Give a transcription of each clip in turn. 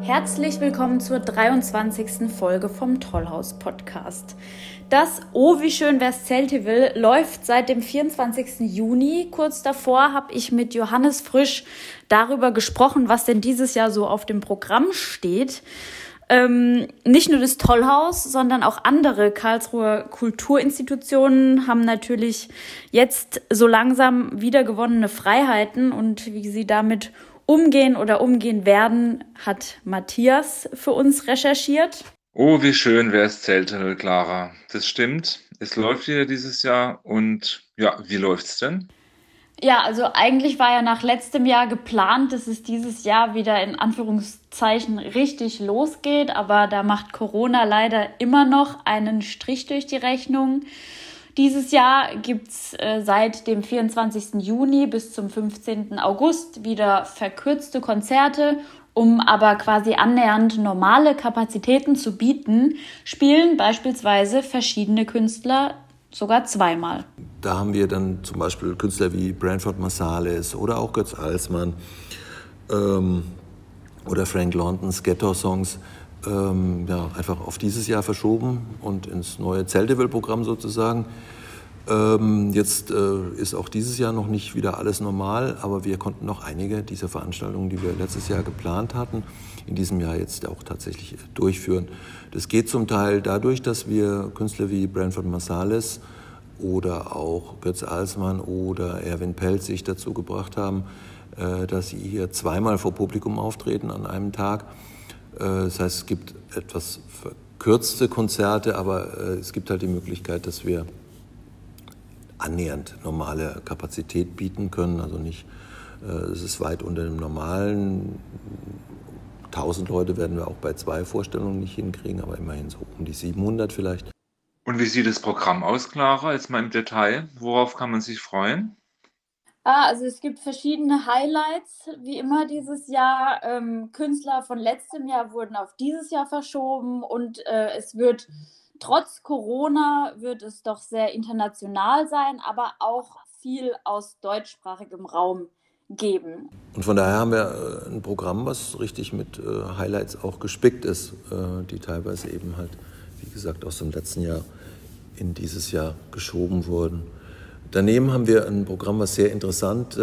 Herzlich willkommen zur 23. Folge vom Tollhaus-Podcast. Das Oh, wie schön wär's Zeltival läuft seit dem 24. Juni. Kurz davor habe ich mit Johannes Frisch darüber gesprochen, was denn dieses Jahr so auf dem Programm steht. Nicht nur das Tollhaus, sondern auch andere Karlsruher Kulturinstitutionen haben natürlich jetzt so langsam wiedergewonnene Freiheiten, und wie sie damit umgehen oder umgehen werden, hat Matthias für uns recherchiert. Oh, wie schön wär's Zeltival, Clara. Das stimmt. Es läuft wieder dieses Jahr und ja, wie läuft's denn? Ja, also eigentlich war ja nach letztem Jahr geplant, dass es dieses Jahr wieder in Anführungszeichen richtig losgeht, aber da macht Corona leider immer noch einen Strich durch die Rechnung. Dieses Jahr gibt's seit dem 24. Juni bis zum 15. August wieder verkürzte Konzerte. Um aber quasi annähernd normale Kapazitäten zu bieten, spielen beispielsweise verschiedene Künstler sogar zweimal. Da haben wir dann zum Beispiel Künstler wie Branford Marsalis oder auch Götz Alsmann oder Frank Lawtons Ghetto-Songs einfach auf dieses Jahr verschoben und ins neue Zeltival-Programm sozusagen. Jetzt ist auch dieses Jahr noch nicht wieder alles normal, aber wir konnten noch einige dieser Veranstaltungen, die wir letztes Jahr geplant hatten, in diesem Jahr jetzt auch tatsächlich durchführen. Das geht zum Teil dadurch, dass wir Künstler wie Branford Marsalis oder auch Götz Alsmann oder Erwin Pelzig dazu gebracht haben, dass sie hier zweimal vor Publikum auftreten an einem Tag. Das heißt, es gibt etwas verkürzte Konzerte, aber es gibt halt die Möglichkeit, dass wir annähernd normale Kapazität bieten können. Also nicht, es ist weit unter dem normalen. 1000 Leute werden wir auch bei 2 Vorstellungen nicht hinkriegen, aber immerhin so um die 700 vielleicht. Und wie sieht das Programm aus, Clara? Jetzt mal im Detail. Worauf kann man sich freuen? Also es gibt verschiedene Highlights, wie immer dieses Jahr. Künstler von letztem Jahr wurden auf dieses Jahr verschoben, und es wird trotz Corona wird es doch sehr international sein, aber auch viel aus deutschsprachigem Raum geben. Und von daher haben wir ein Programm, was richtig mit Highlights auch gespickt ist, die teilweise eben halt, wie gesagt, aus dem letzten Jahr in dieses Jahr geschoben wurden. Daneben haben wir ein Programm, was sehr interessant,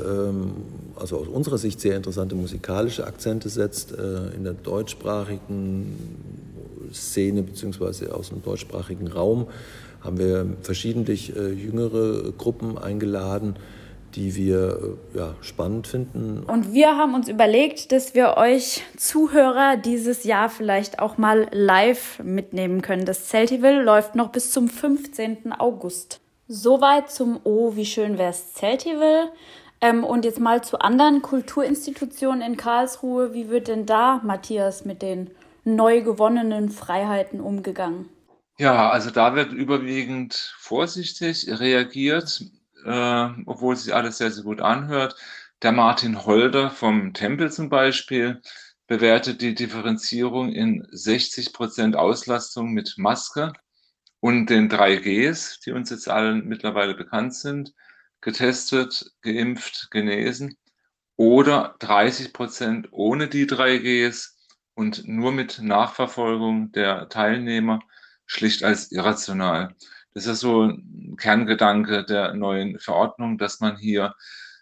also aus unserer Sicht sehr interessante musikalische Akzente setzt in der deutschsprachigen Szene beziehungsweise aus dem deutschsprachigen Raum. Haben wir verschiedentlich jüngere Gruppen eingeladen, die wir spannend finden. Und wir haben uns überlegt, dass wir euch Zuhörer dieses Jahr vielleicht auch mal live mitnehmen können. Das Zeltival läuft noch bis zum 15. August. Soweit zum Oh, wie schön wär's Zeltival. Und jetzt mal zu anderen Kulturinstitutionen in Karlsruhe. Wie wird denn da, Matthias, mit den neu gewonnenen Freiheiten umgegangen? Ja, also da wird überwiegend vorsichtig reagiert, obwohl sich alles sehr, sehr gut anhört. Der Martin Holder vom Tempel zum Beispiel bewertet die Differenzierung in 60% Auslastung mit Maske und den 3Gs, die uns jetzt allen mittlerweile bekannt sind: getestet, geimpft, genesen, oder 30% ohne die 3Gs und nur mit Nachverfolgung der Teilnehmer, schlicht als irrational. Das ist so ein Kerngedanke der neuen Verordnung, dass man hier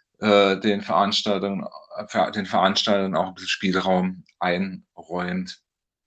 den Veranstaltern auch ein bisschen Spielraum einräumt.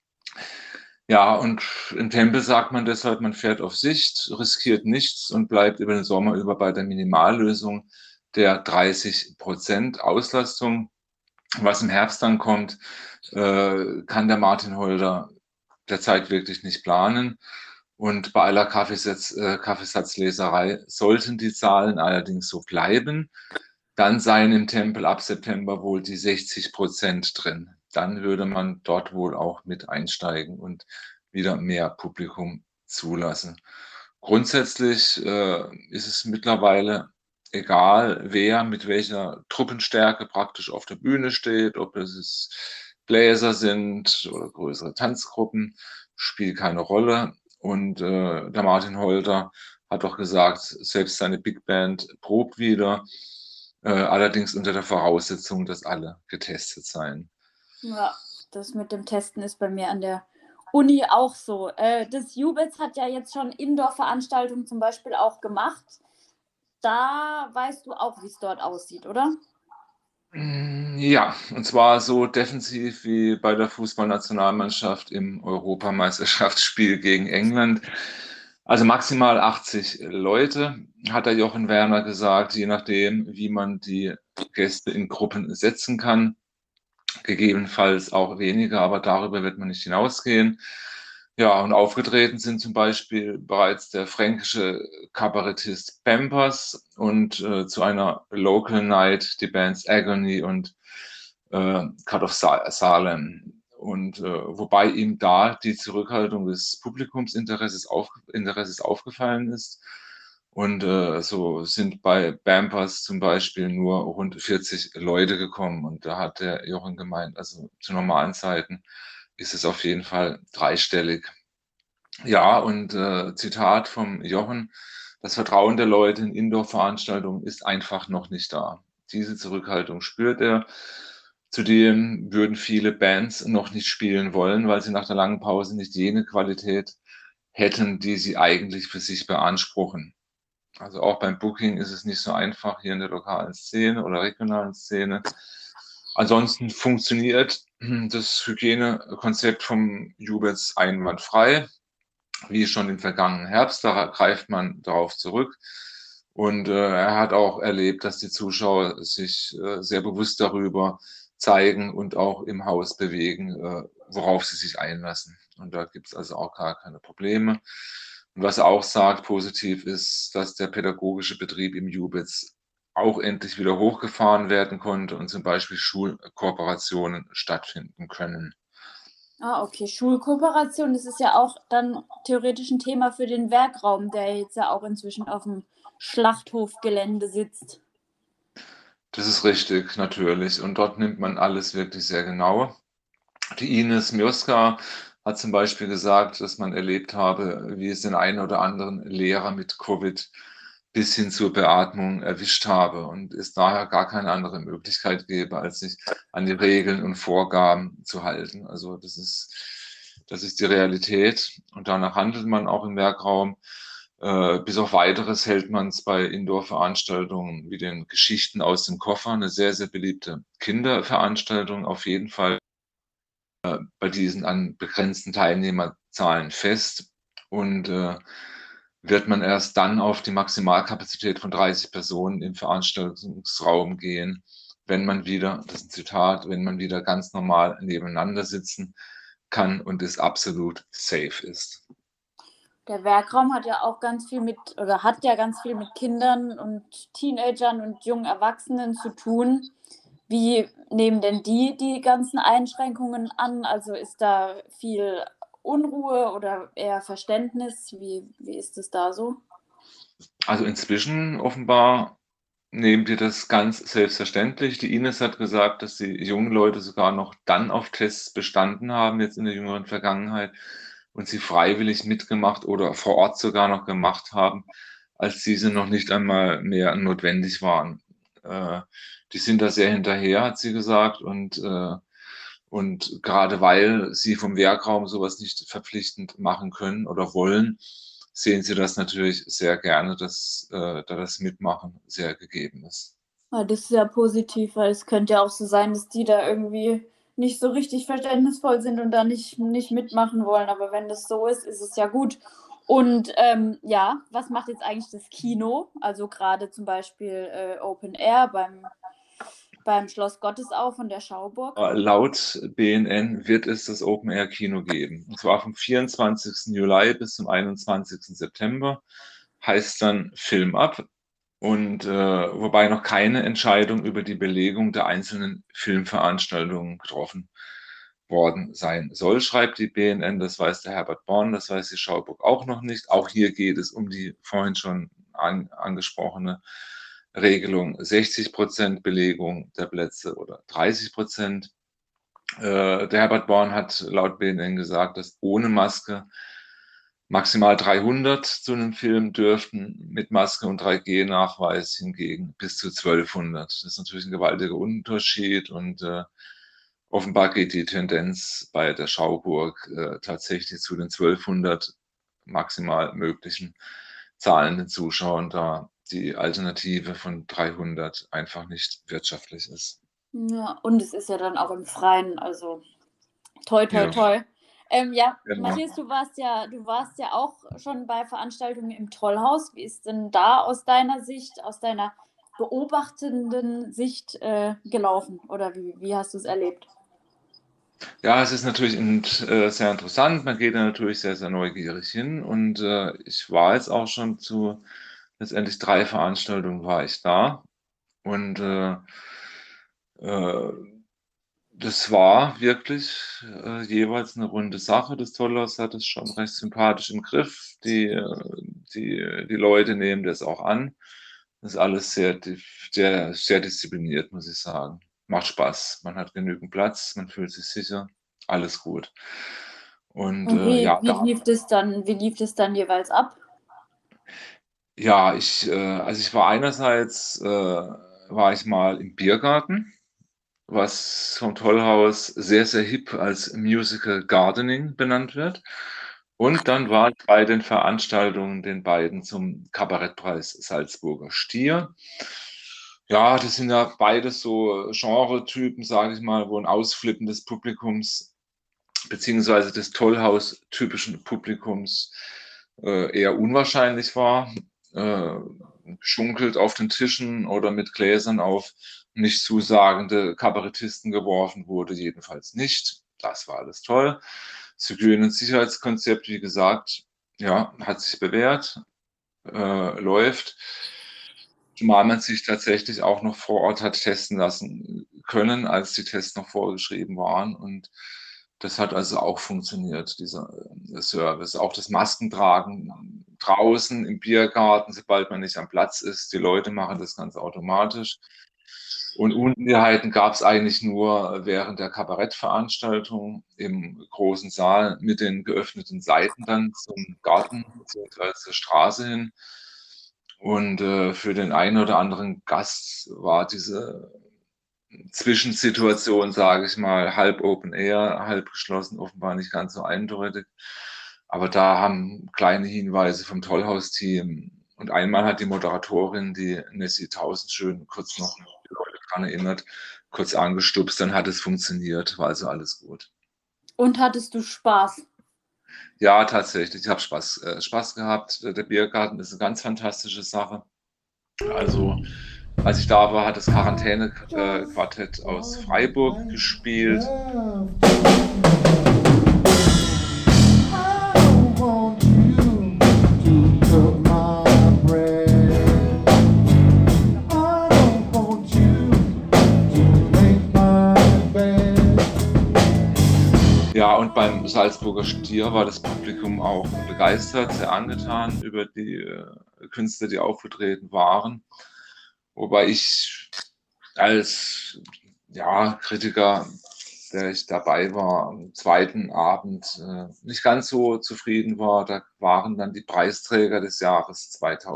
Ja, und im Tempel sagt man deshalb, man fährt auf Sicht, riskiert nichts und bleibt über den Sommer über bei der Minimallösung der 30% Auslastung. Was im Herbst dann kommt, kann der Martin Holder derzeit wirklich nicht planen. Und bei aller Kaffeesatzleserei sollten die Zahlen allerdings so bleiben, dann seien im Tempel ab September wohl die 60% drin. Dann würde man dort wohl auch mit einsteigen und wieder mehr Publikum zulassen. Grundsätzlich ist es mittlerweile egal, wer mit welcher Truppenstärke praktisch auf der Bühne steht, ob es Bläser sind oder größere Tanzgruppen, spielt keine Rolle. Und der Martin Holder hat doch gesagt, selbst seine Big Band probt wieder, allerdings unter der Voraussetzung, dass alle getestet seien. Ja, Das mit dem Testen ist bei mir an der Uni auch so. Das Jubitz hat ja jetzt schon Indoor-Veranstaltungen zum Beispiel auch gemacht. Da weißt du auch, wie es dort aussieht, oder? Ja, und zwar so defensiv wie bei der Fußballnationalmannschaft im Europameisterschaftsspiel gegen England. Also maximal 80 Leute, hat der Jochen Werner gesagt, je nachdem, wie man die Gäste in Gruppen setzen kann. Gegebenenfalls auch weniger, aber darüber wird man nicht hinausgehen. Ja, und aufgetreten sind zum Beispiel bereits der fränkische Kabarettist Pampers und zu einer Local Night die Bands Agony und Cut of Salem. Und wobei ihm da die Zurückhaltung des Publikumsinteresses aufgefallen ist. Und so sind bei Pampers zum Beispiel nur rund 40 Leute gekommen. Und da hat der Jochen gemeint, also zu normalen Zeiten ist es auf jeden Fall dreistellig. Ja, und Zitat vom Jochen, das Vertrauen der Leute in Indoor-Veranstaltungen ist einfach noch nicht da. Diese Zurückhaltung spürt er. Zudem würden viele Bands noch nicht spielen wollen, weil sie nach der langen Pause nicht jene Qualität hätten, die sie eigentlich für sich beanspruchen. Also auch beim Booking ist es nicht so einfach hier in der lokalen Szene oder regionalen Szene. Ansonsten funktioniert das Hygienekonzept vom Jubitz einwandfrei, wie schon im vergangenen Herbst. Da greift man darauf zurück. Und er hat auch erlebt, dass die Zuschauer sich sehr bewusst darüber zeigen und auch im Haus bewegen, worauf sie sich einlassen. Und da gibt es also auch gar keine Probleme. Und was er auch sagt, positiv ist, dass der pädagogische Betrieb im Jubitz auch endlich wieder hochgefahren werden konnte und zum Beispiel Schulkooperationen stattfinden können. Ah, okay. Schulkooperation, das ist ja auch dann theoretisch ein Thema für den Werkraum, der jetzt ja auch inzwischen auf dem Schlachthofgelände sitzt. Das ist richtig, natürlich. Und dort nimmt man alles wirklich sehr genau. Die Ines Mioska hat zum Beispiel gesagt, dass man erlebt habe, wie es den einen oder anderen Lehrer mit Covid bis hin zur Beatmung erwischt habe und es daher gar keine andere Möglichkeit gäbe, als sich an die Regeln und Vorgaben zu halten. Also das ist die Realität und danach handelt man auch im Werkraum. Bis auf Weiteres hält man es bei Indoor-Veranstaltungen wie den Geschichten aus dem Koffer, eine sehr, sehr beliebte Kinderveranstaltung, auf jeden Fall bei diesen an begrenzten Teilnehmerzahlen fest und wird man erst dann auf die Maximalkapazität von 30 Personen im Veranstaltungsraum gehen, wenn man wieder, das ist ein Zitat, wenn man wieder ganz normal nebeneinander sitzen kann und es absolut safe ist. Der Werkraum hat ja auch ganz viel mit, oder hat ja ganz viel mit Kindern und Teenagern und jungen Erwachsenen zu tun. Wie nehmen denn die ganzen Einschränkungen an? Also ist da viel Unruhe oder eher Verständnis? Wie ist es da so? Also inzwischen offenbar nehmen die das ganz selbstverständlich. Die Ines hat gesagt, dass die jungen Leute sogar noch dann auf Tests bestanden haben, jetzt in der jüngeren Vergangenheit, und sie freiwillig mitgemacht oder vor Ort sogar noch gemacht haben, als diese noch nicht einmal mehr notwendig waren. Die sind da sehr hinterher, hat sie gesagt, und gerade weil sie vom Werkraum sowas nicht verpflichtend machen können oder wollen, sehen sie das natürlich sehr gerne, dass da das Mitmachen sehr gegeben ist. Ja, das ist ja positiv, weil es könnte ja auch so sein, dass die da irgendwie nicht so richtig verständnisvoll sind und da nicht mitmachen wollen. Aber wenn das so ist, ist es ja gut. Und ja, was macht jetzt eigentlich das Kino? Also gerade zum Beispiel Open Air beim Schloss Gottesau von der Schauburg. Laut BNN wird es das Open-Air-Kino geben. Und zwar vom 24. Juli bis zum 21. September. Heißt dann Film ab. Und wobei noch keine Entscheidung über die Belegung der einzelnen Filmveranstaltungen getroffen worden sein soll, schreibt die BNN. Das weiß der Herbert Born, das weiß die Schauburg auch noch nicht. Auch hier geht es um die vorhin schon angesprochene Regelung 60% Belegung der Plätze oder 30%. Der Herbert Born hat laut BNN gesagt, dass ohne Maske maximal 300 zu einem Film dürften, mit Maske und 3G-Nachweis hingegen bis zu 1200. Das ist natürlich ein gewaltiger Unterschied und offenbar geht die Tendenz bei der Schauburg tatsächlich zu den 1200 maximal möglichen zahlenden Zuschauern, da die Alternative von 300 einfach nicht wirtschaftlich ist. Ja, und es ist ja dann auch im Freien, also toi, toi, Ja, toi. Ja, genau. Matthias, du warst ja auch schon bei Veranstaltungen im Tollhaus. Wie ist denn da aus deiner Sicht, aus deiner beobachtenden Sicht gelaufen? Oder wie hast du es erlebt? Ja, es ist natürlich sehr interessant. Man geht da natürlich sehr, sehr neugierig hin. Und ich war jetzt auch schon zu letztendlich 3 Veranstaltungen war ich da. Und äh, das war wirklich jeweils eine runde Sache. Das Tollhaus hat es schon recht sympathisch im Griff. Die Leute nehmen das auch an. Das ist alles sehr diszipliniert, muss ich sagen. Macht Spaß. Man hat genügend Platz, man fühlt sich sicher. Alles gut. Und Und ja, wie lief es dann jeweils ab? ja, also ich war einerseits, war ich mal im Biergarten, was vom Tollhaus sehr, sehr hip als Musical Gardening benannt wird. Und dann war ich bei den Veranstaltungen, den beiden zum Kabarettpreis Salzburger Stier. Ja, das sind ja beides so Genretypen, sage ich mal, wo ein Ausflippen des Publikums beziehungsweise des Tollhaus-typischen Publikums eher unwahrscheinlich war. Geschunkelt auf den Tischen oder mit Gläsern auf nicht zusagende Kabarettisten geworfen wurde, jedenfalls nicht. Das war alles toll. Das Hygiene- und Sicherheitskonzept, wie gesagt, ja, hat sich bewährt, läuft. Zumal man sich tatsächlich auch noch vor Ort hat testen lassen können, als die Tests noch vorgeschrieben waren. Und das hat also auch funktioniert, dieser Service. Auch das Maskentragen draußen im Biergarten, sobald man nicht am Platz ist. Die Leute machen das ganz automatisch. Und Unsicherheiten gab es eigentlich nur während der Kabarettveranstaltung im großen Saal mit den geöffneten Seiten dann zum Garten bzw. zur Straße hin. Und für den einen oder anderen Gast war diese Zwischensituation, sage ich mal, halb Open Air, halb geschlossen, offenbar nicht ganz so eindeutig. Aber da haben kleine Hinweise vom Tollhaus-Team und einmal hat die Moderatorin, die Nessie Tausendschön, kurz noch die Leute daran erinnert, kurz angestupst, dann hat es funktioniert, war also alles gut. Und hattest du Spaß? Ja, tatsächlich, ich habe Spaß gehabt. Der Biergarten ist eine ganz fantastische Sache. Also, als ich da war, hat das Quartett aus Freiburg gespielt. Ja, und beim Salzburger Stier war das Publikum auch begeistert, sehr angetan über die Künstler, die aufgetreten waren. Wobei ich als Kritiker, der ich dabei war, am zweiten Abend nicht ganz so zufrieden war. Da waren dann die Preisträger des Jahres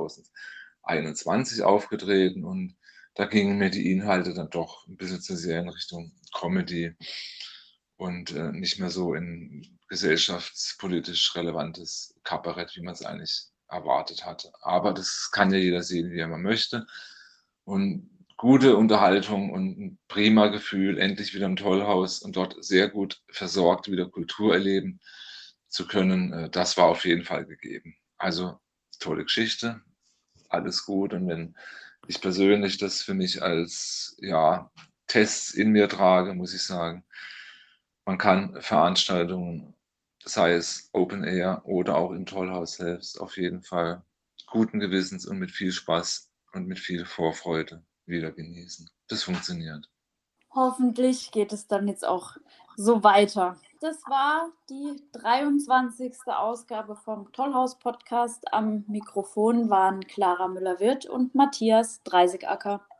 2021 aufgetreten und da gingen mir die Inhalte dann doch ein bisschen zu sehr in Richtung Comedy und nicht mehr so in gesellschaftspolitisch relevantes Kabarett, wie man es eigentlich erwartet hatte. Aber das kann ja jeder sehen, wie er mal möchte. Und gute Unterhaltung und ein prima Gefühl, endlich wieder im Tollhaus und dort sehr gut versorgt wieder Kultur erleben zu können, das war auf jeden Fall gegeben. Also tolle Geschichte, alles gut. Und wenn ich persönlich das für mich als Tests in mir trage, muss ich sagen, man kann Veranstaltungen, sei es Open Air oder auch im Tollhaus selbst, auf jeden Fall guten Gewissens und mit viel Spaß und mit viel Vorfreude wieder genießen. Das funktioniert. Hoffentlich geht es dann jetzt auch so weiter. Das war die 23. Ausgabe vom Tollhaus-Podcast. Am Mikrofon waren Clara Müller-Wirth und Matthias Dreisigacker.